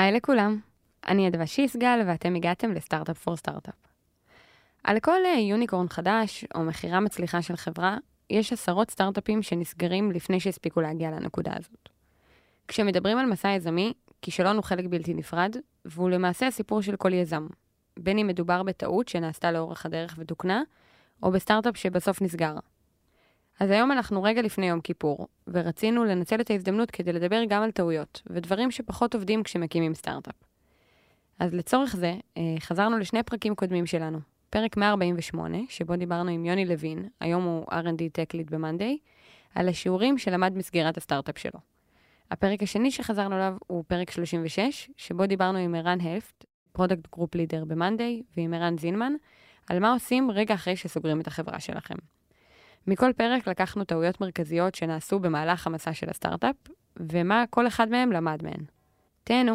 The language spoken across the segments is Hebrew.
היי לכולם, אני אדווה שיסגל ואתם הגעתם לסטארט-אפ פור סטארט-אפ. על כל יוניקורן חדש או מחירה מצליחה של חברה, יש עשרות סטארט-אפים שנסגרים לפני שהספיקו להגיע לנקודה הזאת. כשמדברים על מסע יזמי, כישלון הוא חלק בלתי נפרד, והוא למעשה הסיפור של כל יזם. בין אם מדובר בטעות שנעשתה לאורך הדרך ותוקנה, או בסטארט-אפ שבסוף נסגר. אז היום אנחנו רגע לפני יום כיפור, ורצינו לנצל את ההזדמנות כדי לדבר גם על טעויות, ודברים שפחות עובדים כשמקימים סטארט-אפ. אז לצורך זה, חזרנו לשני פרקים קודמים שלנו. פרק 148, שבו דיברנו עם יוני לוין, היום הוא R&D Tech Lead ב-Monday, על השיעורים שלמד מסגירת הסטארט-אפ שלו. הפרק השני שחזרנו אליו הוא פרק 36, שבו דיברנו עם ערן הלפט, Product Group Leader ב-Monday, ועם ערן זינמן, על מה עושים רגע אחרי שסוגרים את החברה שלכם. מכל פרק לקחנו טעויות מרכזיות שנעשו במהלך המסע של הסטארט-אפ, ומה כל אחד מהם למד מהן. תהנו.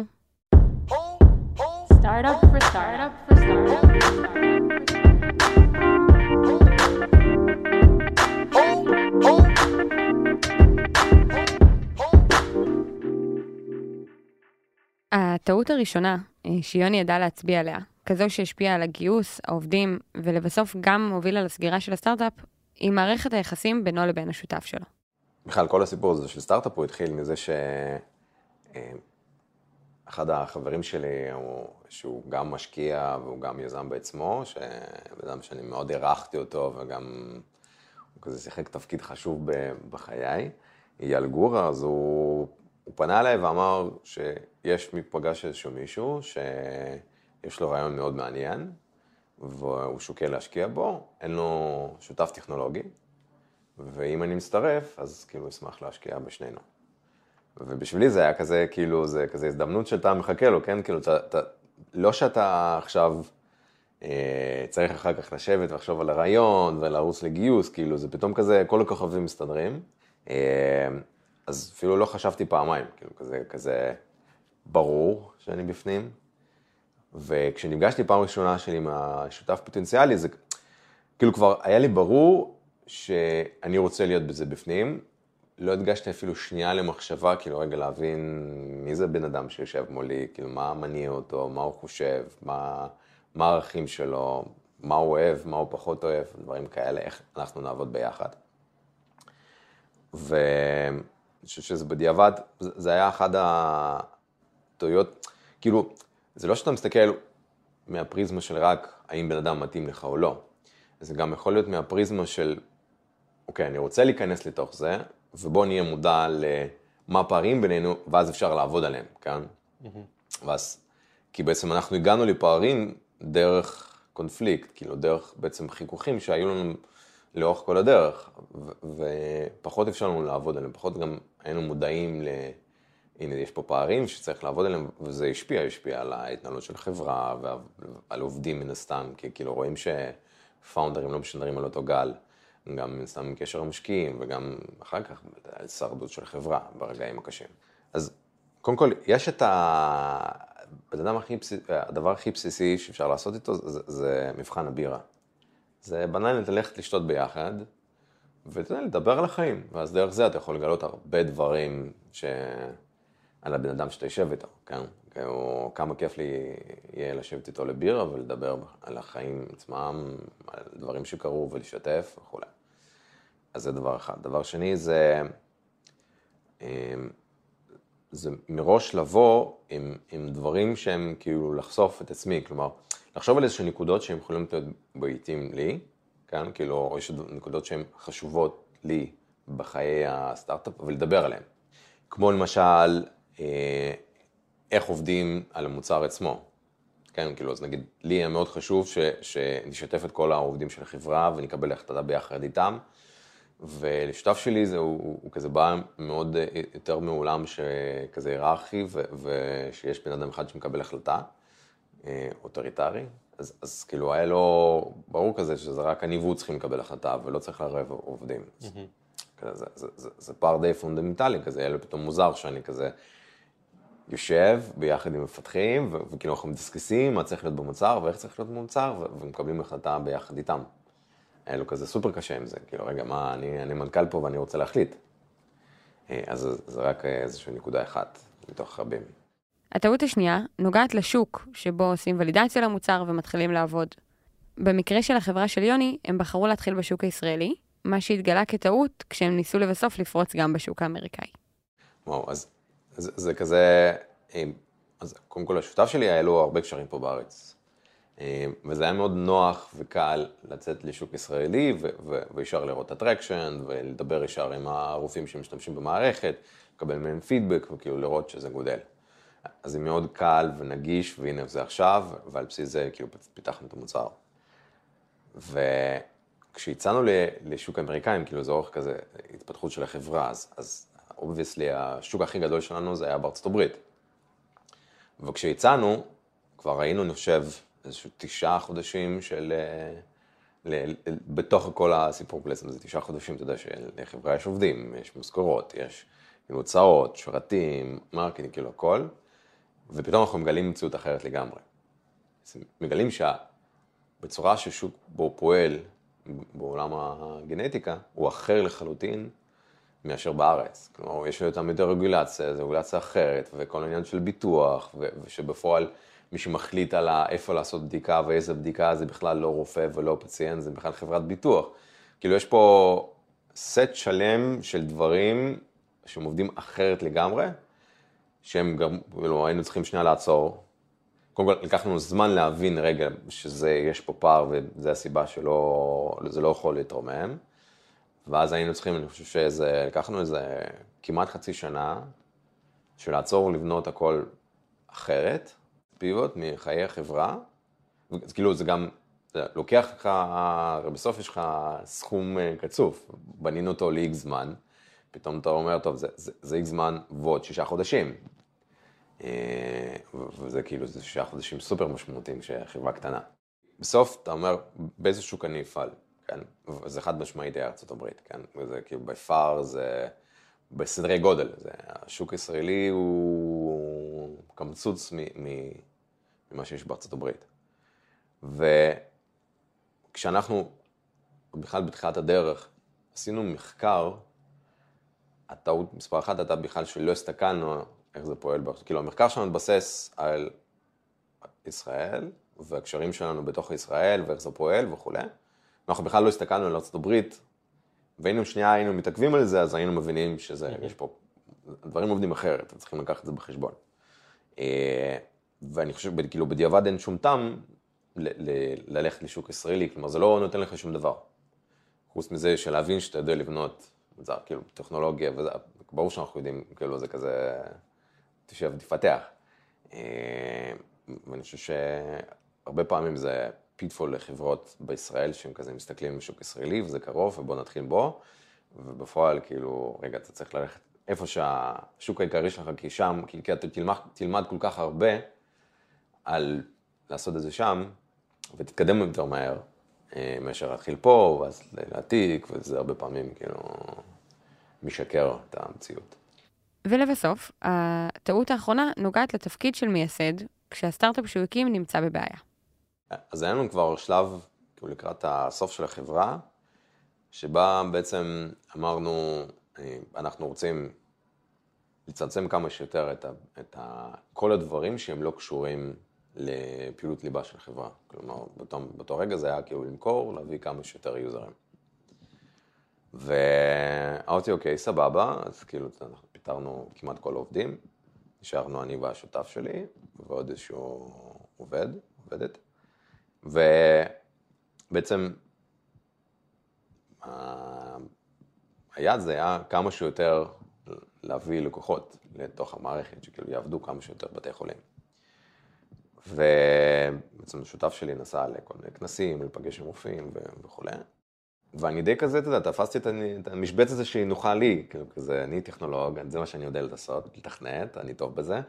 Startup for startup for startup. הטעות הראשונה שיוני ידע להצביע עליה, כזו שהשפיעה על הגיוס, העובדים, ולבסוף גם הובילה לסגירה של הסטארט-אפ, היא מערכת היחסים בינו לבין השותף שלו. בכלל, כל הסיפור הזה של סטארט-אפ הוא התחיל מזה אחד החברים שלי, שהוא גם משקיע והוא גם יזם בעצמו, שבאדם שאני מאוד הערכתי אותו וגם הוא כזה שיחק תפקיד חשוב בחיי, אייל גורה, אז הוא פנה אליי ואמר שיש פגש איזשהו מישהו שיש לו רעיון מאוד מעניין, והוא שוקל להשקיע בו, אין לו שותף טכנולוגי, ואם אני מצטרף, אז כאילו אשמח להשקיע בשנינו. ובשבילי זה היה כזה, כאילו, זה כזה הזדמנות שאתה מחכה לו, כן? כאילו, לא שאתה עכשיו צריך אחר כך לשבת ולחשוב על הרעיון ולרוץ לגיוס, כאילו, זה פתאום כזה, כל הכוכבים מסתדרים. אז אפילו לא חשבתי פעמיים, כאילו, כזה ברור שאני בפנים. וכשנפגשתי פעם ראשונה שלי עם השותף פוטנציאלי, זה כאילו כבר היה לי ברור שאני רוצה להיות בזה בפנים. לא הדגשתי אפילו שנייה למחשבה, כאילו רגע להבין מי זה בן אדם שיושב מולי, כאילו מה מניע אותו, מה הוא חושב, מה הערכים שלו, מה הוא אוהב, מה הוא פחות אוהב, דברים כאלה, איך אנחנו נעבוד ביחד. ואני חושב שזה בדיעבד, זה היה אחד הטעויות, כאילו, זה לא שאתה מסתכל מהפריזמה של רק האם בן אדם מתאים לך או לא, זה גם יכול להיות מהפריזמה של, אוקיי, אני רוצה להיכנס לתוך זה, ובוא נהיה מודע למה הפערים בינינו, ואז אפשר לעבוד עליהם, כן? ואז, כי בעצם אנחנו הגענו לפערים דרך קונפליקט, כאילו דרך בעצם חיכוכים שהיו לנו לאורך כל הדרך, ופחות אפשר לנו לעבוד עליהם, פחות גם היינו מודעים הנה, יש פה פערים שצריך לעבוד עליהם, וזה השפיע על ההתנהלות של החברה, ועל עובדים מן הסתם, כי כאילו רואים שפאונדרים לא משדרים על אותו גל, גם סתם עם קשר המשקיעים, וגם אחר כך על שרדות של חברה ברגעים הקשים. אז קודם כל, יש את הדבר הכי בסיסי שאפשר לעשות איתו, זה מבחן הבירה. זה בנאלית ללכת לשתות ביחד, ולדבר על החיים, ואז דרך זה אתה יכול לגלות הרבה דברים על הבן אדם שאתה יושב איתו, כן? או כמה כיף לי יהיה לשבת איתו לבירה ולדבר על החיים עצמם, על דברים שקרו ולשתף וכו'. אז זה דבר אחד. דבר שני זה מראש לבוא עם דברים שהם כאילו לחשוף את עצמי, כלומר, לחשוב על איזושהי נקודות שהן יכולים להיות בעיתים לי, כן? כאילו, או יש נקודות שהן חשובות לי בחיי הסטארט-אפ, ולדבר עליהן. כמו למשל, איך עובדים על המוצר עצמו. כן, כאילו, אז נגיד, לי היה מאוד חשוב שנשתף את כל העובדים של החברה ונקבל החלטה ביחד איתם, ולשותף שלי הוא כזה בא מאוד יותר מעולם שכזה היררכי, ושיש בן אדם אחד שמקבל החלטה, אוטוריטרי, אז כאילו היה לו ברור כזה שזה רק אני והוא צריכים לקבל החלטה, ולא צריך לערב עובדים. זה פער די פונדמנטלי כזה, היה לו פתאום מוזר שאני כזה יושב ביחד עם מפתחים, וכאילו אנחנו מדסקסים מה צריך להיות במוצר, ואיך צריך להיות במוצר, ומקבלים החלטה ביחד איתם. היה לו כזה סופר קשה עם זה, כאילו רגע, מה, אני מנכ"ל פה ואני רוצה להחליט. אז זה רק איזושהי נקודה אחת מתוך רבים. הטעות השנייה נוגעת לשוק שבו עושים ולידציה למוצר ומתחילים לעבוד. במקרה של החברה של יוני, הם בחרו להתחיל בשוק הישראלי, מה שהתגלה כטעות כשהם ניסו לבסוף לפרוץ גם בשוק האמריקאי. וואו, אז זה כזה, אז קודם כל השותף שלי היה לו הרבה קשרים פה בארץ. וזה היה מאוד נוח וקל לצאת לשוק ישראלי וישר לראות את הטרקשן ולדבר ישר עם הרופאים שמשתמשים במערכת, לקבל מהם פידבק וכאילו לראות שזה גודל. אז זה מאוד קל ונגיש, והנה זה עכשיו, ועל בסיס זה כאילו פיתחנו את המוצר. וכשהצענו לשוק האמריקאים, כאילו זה אורך כזה התפתחות של החברה, אז obviously השוק הכי גדול שלנו זה היה בארצות הברית. וכשהצענו, כבר ראינו, אני חושב, איזשהו 9 חודשים של, בתוך כל הסיפור פלסם, זה 9 חודשים, אתה יודע שלחברה יש עובדים, יש משכורות, יש הוצאות, שרתים, מרקטינג, כאילו הכל, ופתאום אנחנו מגלים מציאות אחרת לגמרי. מגלים בצורה ששוק בו פועל בעולם הגנטיקה, הוא אחר לחלוטין מאשר בארץ. כלומר, יש יותר מדי רגולציה, זו רגולציה אחרת, וכל העניין של ביטוח, ושבפועל מי שמחליט על איפה לעשות בדיקה ואיזה בדיקה, זה בכלל לא רופא ולא פציינט, זה בכלל חברת ביטוח. כאילו, יש פה סט שלם של דברים שהם עובדים אחרת לגמרי, שהם גם, היינו צריכים שנייה לעצור. קודם כל, לקחנו זמן להבין רגע שיש פה פער, וזו הסיבה שזה לא יכול להתרומם. ואז היינו צריכים, אני חושב לקחנו איזה כמעט חצי שנה, של לעצור ולבנות הכל אחרת, פיוט מחיי החברה. כאילו זה גם, לוקח לך, בסוף יש לך סכום קצוף, בנינו אותו ל-X זמן, פתאום אתה אומר, טוב, זה X זמן ועוד 6 חודשים. וזה כאילו, זה 6 חודשים סופר משמעותיים כשחברה קטנה. בסוף אתה אומר, באיזה שוק אני אפעל, כן? וזה חד משמעית ארצות הברית, כן? וזה כאילו בפאר, זה בסדרי גודל. השוק הישראלי הוא קמצוץ ממה שיש בארצות הברית. וכשאנחנו בכלל בתחילת הדרך עשינו מחקר, הטעות מספר 1 הייתה בכלל שלא הסתכלנו איך זה פועל. כאילו המחקר שלנו מתבסס על ישראל והקשרים שלנו בתוך ישראל ואיך זה פועל וכו'. אנחנו בכלל לא הסתכלנו על ארצות הברית, היינו מתעכבים על זה, אז היינו מבינים שזה, יש פה, דברים עובדים אחרת, צריכים לקחת את זה בחשבון. ואני חושב, כאילו בדיעבד אין שום טעם ללכת לשוק ישראלי, כלומר זה לא נותן לך שום דבר. חוץ מזה של להבין שאתה יודע לבנות, זה כאילו טכנולוגיה, וזה, ברור שאנחנו יודעים, כאילו זה כזה, תשב ותפתח. ואני חושב שהרבה פעמים זה פיטפול לחברות בישראל, שהם כזה מסתכלים בשוק ישראלי, וזה קרוב, ובוא נתחיל בו, ובפועל כאילו, רגע, אתה צריך ללכת איפה שהשוק העיקרי שלך, כי שם, כי אתה תלמד כל כך הרבה על לעשות את זה שם, ותתקדם יותר מהר, מאשר להתחיל פה, ואז להעתיק, וזה הרבה פעמים כאילו משקר את המציאות. ולבסוף, הטעות האחרונה נוגעת לתפקיד של מייסד, כשהסטארט-אפ שהוא הקים נמצא בבעיה. אז היה לנו כבר שלב, כאילו לקראת הסוף של החברה, שבה בעצם אמרנו, אנחנו רוצים לצמצם כמה שיותר את כל הדברים שהם לא קשורים לפעילות ליבה של חברה. כלומר, באותו רגע זה היה כאילו למכור, להביא כמה שיותר יוזרים. ואמרתי, אוקיי, סבבה, אז כאילו אנחנו פיתרנו כמעט כל העובדים, נשארנו אני והשותף שלי, ועוד איזשהו עובדת. ובעצם היעד זה היה כמה שיותר להביא לקוחות לתוך המערכת, שכאילו יעבדו כמה שיותר בתי חולים. ובעצם השותף שלי נסע לכל מיני כנסים, לפגש עם רופאים וכו'. ואני די כזה, אתה יודע, תפסתי את המשבץ הזה שנוחה לי, כאילו כזה, אני טכנולוג, זה מה שאני יודע לעשות, לתכנת, אני טוב בזה,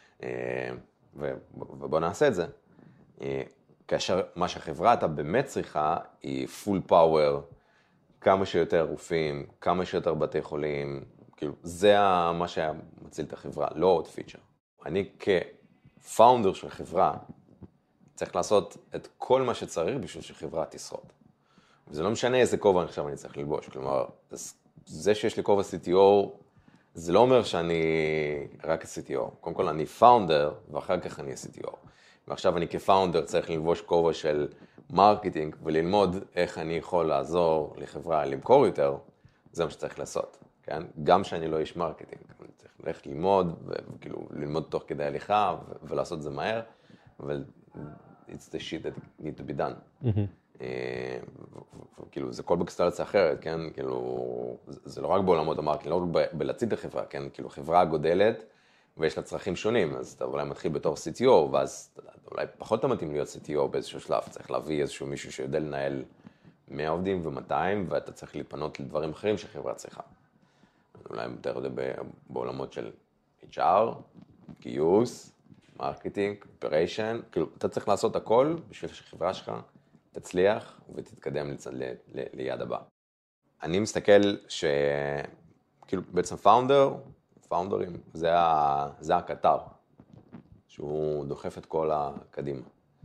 ובוא נעשה את זה. כאשר מה שהחברה אתה באמת צריכה היא full power, כמה שיותר רופאים, כמה שיותר בתי חולים, כאילו זה מה שהיה מציל את החברה, לא עוד פיצ'ר. אני כפאונדר של חברה צריך לעשות את כל מה שצריך בשביל שחברה תשרוד. וזה לא משנה איזה כובע עכשיו אני צריך ללבוש, כלומר, זה שיש לי כובע CTO זה לא אומר שאני רק CTO. קודם כל אני פאונדר, ואחר כך אני CTO. ועכשיו אני כפאונדר צריך ללבוש כובע של מרקטינג, וללמוד איך אני יכול לעזור לחברה למכור יותר, זה מה שצריך לעשות, כן? גם שאני לא איש מרקטינג, אני צריך ללכת ללמוד, וכאילו ללמוד תוך כדי הליכה, ולעשות זה מהר, אבל it's the shit that need to be done. כאילו, זה כל בקסטלציה אחרת, כן? כאילו, זה לא רק בעולמות המרקטינג, לא רק בלהציג את החברה, כן? כאילו, חברה גודלת, ויש לה צרכים שונים, אז אתה אולי מתחיל בתור CTO, ואז אולי פחות אתה מתאים להיות CTO באיזשהו שלב, צריך להביא איזשהו מישהו שיודע לנהל 100 עובדים ו200, ואתה צריך להתפנות לדברים אחרים שחברה צריכה. אולי יותר יודע בעולמות של HR, גיוס, מרקטינג, אופריישן, כאילו, אתה צריך לעשות הכל בשביל שהחברה שלך תצליח ותתקדם ליד הבא. אני מסתכל שכאילו בעצם פאונדרים, זה הקטר, שהוא דוחף את כל הקדימה.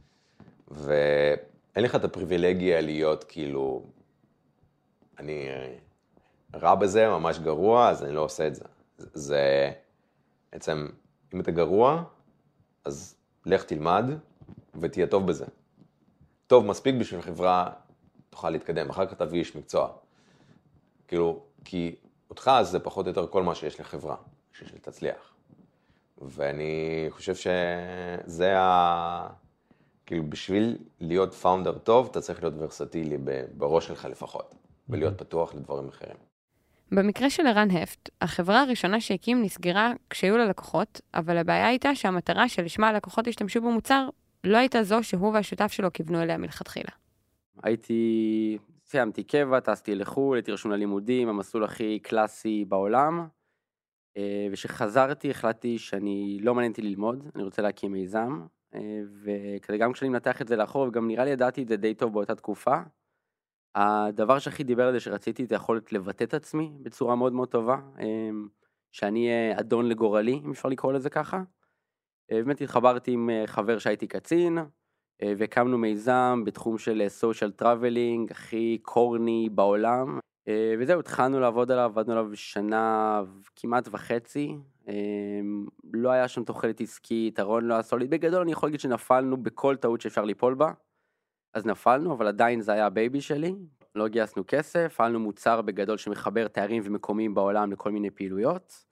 ואין לך את הפריבילגיה להיות כאילו, אני רע בזה, ממש גרוע, אז אני לא עושה את זה. זה בעצם, אם אתה גרוע, אז לך תלמד ותהיה טוב בזה. טוב מספיק בשביל חברה תוכל להתקדם, אחר כך תביא איש מקצוע. כאילו, כי אותך זה פחות או יותר כל מה שיש לחברה, בשביל שתצליח. ואני חושב שזה כאילו, בשביל להיות פאונדר טוב, אתה צריך להיות ורסטילי בראש שלך לפחות, ולהיות פתוח לדברים אחרים. במקרה של ערן הפט, החברה הראשונה שהקים נסגרה כשהיו לה לקוחות, אבל הבעיה הייתה שהמטרה שלשמה הלקוחות השתמשו במוצר, לא הייתה זו שהוא והשותף שלו כיוונו אליה מלכתחילה. סיימתי קבע, טסתי לחו"ל, הייתי רשום ללימודים, המסלול הכי קלאסי בעולם, ושחזרתי החלטתי שאני לא מעניין אותי ללמוד, אני רוצה להקים מיזם, וכדי גם כשאני מנתח את זה לאחור, וגם נראה לי ידעתי את זה די טוב באותה תקופה, הדבר שהכי דיבר על זה שרציתי את היכולת לבטא את עצמי בצורה מאוד מאוד טובה, שאני אדון לגורלי, אם אפשר לקרוא לזה ככה. באמת התחברתי עם חבר שהייתי קצין, והקמנו מיזם בתחום של סושיאל טראבלינג, הכי קורני בעולם, וזהו, התחלנו לעבוד עליו, עבדנו עליו שנה כמעט וחצי, לא היה שם תוחלת עסקית, הרון לא היה סוליד, בגדול אני יכול להגיד שנפלנו בכל טעות שאפשר ליפול בה, אז נפלנו, אבל עדיין זה היה הבייבי שלי, לא גייסנו כסף, פעלנו מוצר בגדול שמחבר תארים ומקומים בעולם לכל מיני פעילויות,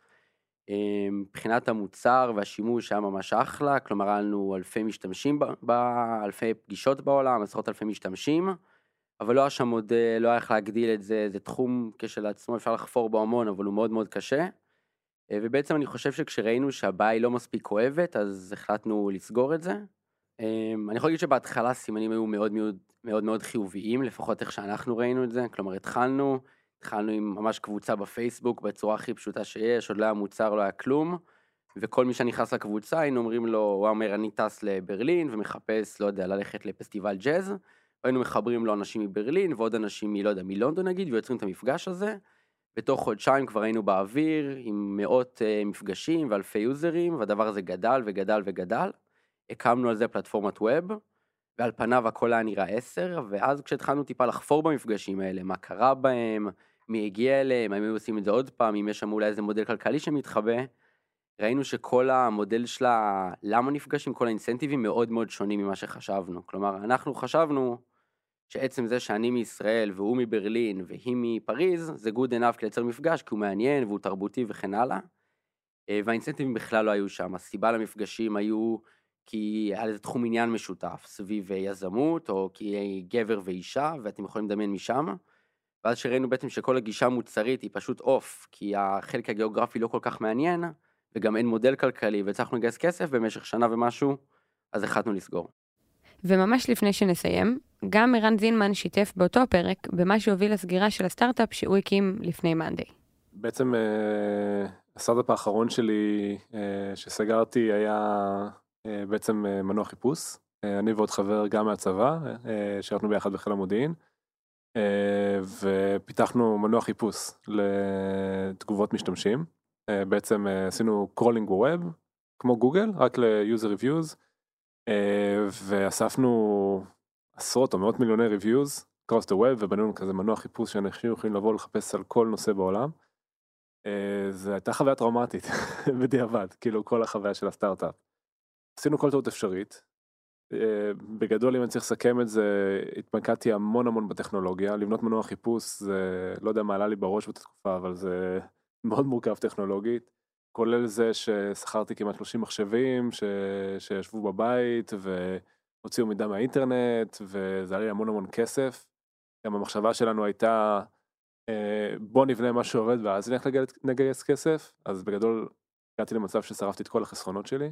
מבחינת המוצר והשימוש היה ממש אחלה, כלומר היה לנו אלפי משתמשים, אלפי פגישות בעולם, עשרות אלפי משתמשים, אבל לא היה שם עוד, לא היה איך להגדיל את זה, זה תחום כשלעצמו אפשר לחפור בו המון, אבל הוא מאוד מאוד קשה, ובעצם אני חושב שכשראינו שהבעיה היא לא מספיק כואבת, אז החלטנו לסגור את זה. אני יכול להגיד שבהתחלה סימנים היו מאוד מאוד מאוד מאוד חיוביים, לפחות איך שאנחנו ראינו את זה, כלומר התחלנו עם ממש קבוצה בפייסבוק בצורה הכי פשוטה שיש, עוד לא היה מוצר, לא היה כלום, וכל מי שנכנס לקבוצה היינו אומרים לו, הוא אומר אני טס לברלין ומחפש, לא יודע, ללכת לפסטיבל ג'אז, והיינו מחברים לו אנשים מברלין ועוד אנשים לא יודע, מלונדון נגיד, ויוצרים את המפגש הזה, בתוך חודשיים כבר היינו באוויר עם מאות מפגשים ואלפי יוזרים, והדבר הזה גדל וגדל וגדל, הקמנו על זה פלטפורמת ווב, ועל פניו הכל היה נראה 10, ואז כשהתחלנו טיפה לחפור במפגשים האלה, מה קרה בהם, מי הגיע אליהם, האם היו עושים את זה עוד פעם, אם יש שם אולי איזה מודל כלכלי שמתחבא, ראינו שכל המודל שלה, למה נפגשים, כל האינסנטיבים מאוד מאוד שונים ממה שחשבנו. כלומר, אנחנו חשבנו שעצם זה שאני מישראל והוא מברלין והיא מפריז, זה good enough לייצר מפגש, כי הוא מעניין והוא תרבותי וכן הלאה, והאינסנטיבים בכלל לא היו שם. הסיבה למפגשים היו כי היה לזה תחום עניין משותף, סביב יזמות, או כי גבר ואישה, ואתם יכולים לדמיין משם, ואז שראינו בעצם שכל הגישה מוצרית היא פשוט אוף, כי החלק הגיאוגרפי לא כל כך מעניין, וגם אין מודל כלכלי, וצריכנו לגייס כסף במשך שנה ומשהו, אז החלטנו לסגור. וממש לפני שנסיים, גם ערן זינמן שיתף באותו פרק, במה שהוביל לסגירה של הסטארט-אפ שהוא הקים לפני מאנדיי. בעצם הסטארט-אפ האחרון שלי שסגרתי היה בעצם מנוע חיפוש, אני ועוד חבר גם מהצבא, שירתנו ביחד בחיל המודיעין, ופיתחנו מנוע חיפוש לתגובות משתמשים, בעצם עשינו קרולינג בווב, כמו גוגל, רק ל-user reviews, ואספנו עשרות או מאות מיליוני reviews, across the web, ובנינו כזה מנוע חיפוש שאנשים יכולים לבוא לחפש על כל נושא בעולם, זו הייתה חוויה טראומטית בדיעבד, כאילו כל החוויה של הסטארט-אפ. עשינו כל טעות אפשרית. בגדול, אם אני צריך לסכם את זה, התמקדתי המון בטכנולוגיה. לבנות מנוע חיפוש, זה לא יודע מה עלה לי בראש בתקופה, אבל זה מאוד מורכב טכנולוגית. כולל זה ששכרתי כמעט 30 מחשבים שישבו בבית והוציאו מידע מהאינטרנט, וזה היה לי המון כסף. גם המחשבה שלנו הייתה, בוא נבנה משהו עובד ואז נלך לגייס כסף. אז בגדול הגעתי למצב ששרפתי את כל החסכונות שלי.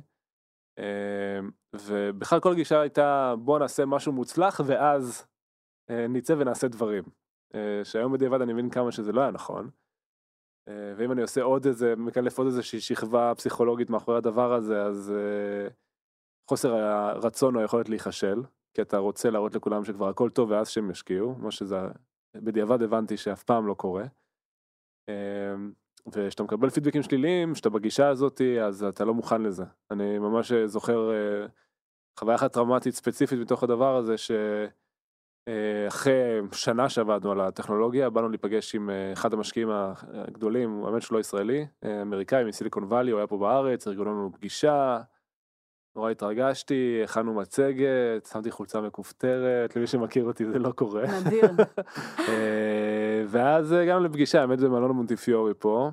ובכלל כל גישה הייתה, בוא נעשה משהו מוצלח ואז ניצא ונעשה דברים. שהיום בדיעבד אני מבין כמה שזה לא היה נכון. ואם אני עושה מקלף עוד איזושהי שכבה פסיכולוגית מאחורי הדבר הזה, אז חוסר הרצון או היכולת להיחשל, כי אתה רוצה להראות לכולם שכבר הכל טוב ואז שהם ישקיעו, מה שזה בדיעבד הבנתי שאף פעם לא קורה. ושאתה מקבל פידבקים שליליים, שאתה בגישה הזאת, אז אתה לא מוכן לזה. אני ממש זוכר חוויה אחת טראומטית ספציפית מתוך הדבר הזה, אחרי שנה שעבדנו על הטכנולוגיה, באנו להיפגש עם אחד המשקיעים הגדולים, הוא האמת שלא ישראלי, אמריקאי מסיליקון ואלי, הוא היה פה בארץ, ארגנו לנו פגישה, נורא התרגשתי, הכנו מצגת, שמתי חולצה מכופתרת, למי שמכיר אותי זה לא קורה. נדיר. ואז גם לפגישה, האמת במלון מונטיפיורי פה,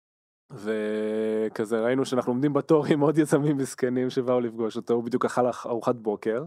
וכזה ראינו שאנחנו עומדים בתור עם עוד יזמים מסכנים שבאו לפגוש אותו, הוא בדיוק אכל ארוחת בוקר,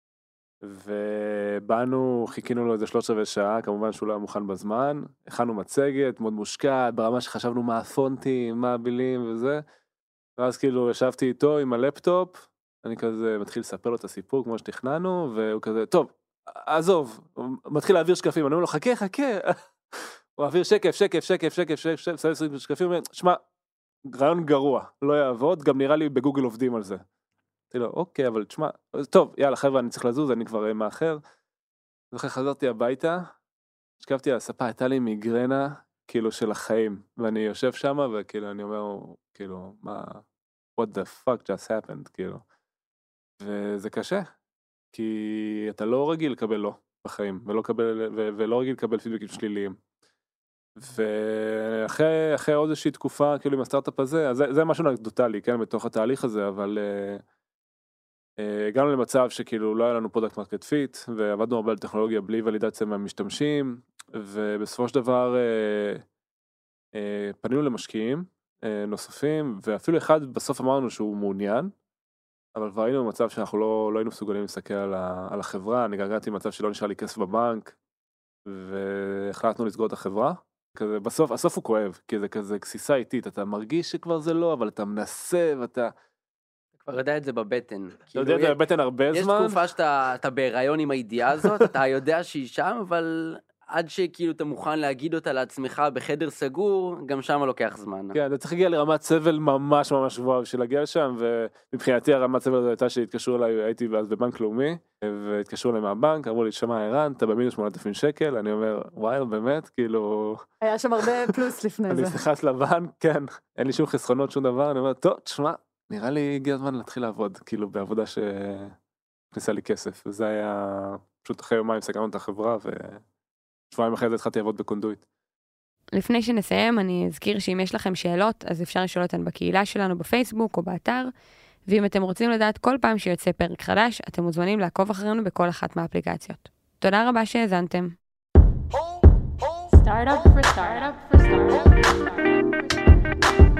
ובאנו, חיכינו לו איזה 13 שעה, כמובן שהוא לא היה מוכן בזמן, הכנו מצגת, מאוד מושקעת, ברמה שחשבנו מה הפונטים, מה הבילים וזה, ואז כאילו ישבתי איתו עם הלפטופ, אני כזה מתחיל לספר לו את הסיפור כמו שתכננו, והוא כזה, טוב, עזוב, הוא מתחיל להעביר שקפים, אני אומר לו, חכה, הוא מעביר שקף, שקפים, הוא אומר, שמע, רעיון גרוע, לא יעבוד, גם נראה לי בגוגל עובדים על זה. אמרתי לו, אוקיי, אבל תשמע, טוב, יאללה חבר'ה, אני צריך לזוז, אני כבר מאחר. ואחרי חזרתי הביתה, שקפתי על הספה, הייתה לי מיגרנה, כאילו של החיים, ואני יושב שם, וכאילו אני אומר, כאילו, מה, what the fuck just happened, כאילו. וזה קשה, כי אתה לא רגיל לקבל לא בחיים, ולא רגיל לקבל פידבקים שליליים. ואחרי עוד איזושהי תקופה, כאילו עם הסטארט-אפ הזה, אז זה משהו אנקדוטלי, כן, בתוך התהליך הזה, אבל הגענו למצב שכאילו לא היה לנו פרודקט מרקט פיט, ועבדנו הרבה על טכנולוגיה בלי ולידציה מהמשתמשים, ובסופו של דבר פנינו למשקיעים נוספים, ואפילו אחד בסוף אמרנו שהוא מעוניין, אבל כבר היינו במצב שאנחנו לא היינו מסוגלים להסתכל על החברה, אני הגעתי למצב שלא נשאר לי כסף בבנק, והחלטנו לסגור את החברה. כזה, הסוף הוא כואב, כי זה כזה כסיסה איטית, אתה מרגיש שכבר זה לא, אבל אתה מנסה ואתה... כבר יודע את זה בבטן. אתה יודע את זה בבטן הרבה זמן? יש תקופה שאתה בהיריון עם הידיעה הזאת, אתה יודע שהיא שם, אבל עד שכאילו אתה מוכן להגיד אותה לעצמך בחדר סגור, גם שם לוקח זמן. כן, אתה צריך להגיע לרמת סבל ממש גבוהה בשביל להגיע לשם, ומבחינתי הרמת סבל הזו הייתה שהתקשרו אליי, הייתי אז בבנק לאומי, והתקשרו אליי מהבנק, אמרו לי, שמע ערן, אתה במינוס 8,000 שקל, אני אומר, וואי, באמת, כאילו... היה שם הרבה פלוס לפני זה. אני נכנס לבנק, כן, אין לי שום חסכונות, שום דבר, אני אומר, טוב, תשמע, נראה לי הגיע הזמן להתחיל לעבוד, כאילו בעבודה שנכנסה לי כסף, וזה היה פשוט אחרי יומיים סגרנו את החברה, ושבועיים אחרי זה התחלתי לעבוד בקונדויט. לפני שנסיים, אני אזכיר שאם יש לכם שאלות, אז אפשר לשאול אותן בקהילה שלנו בפייסבוק או באתר, ואם אתם רוצים לדעת כל פעם שיוצא פרק חדש, אתם מוזמנים לעקוב אחרינו בכל אחת מהאפליקציות. תודה רבה שהאזנתם. Startup for startup for startup.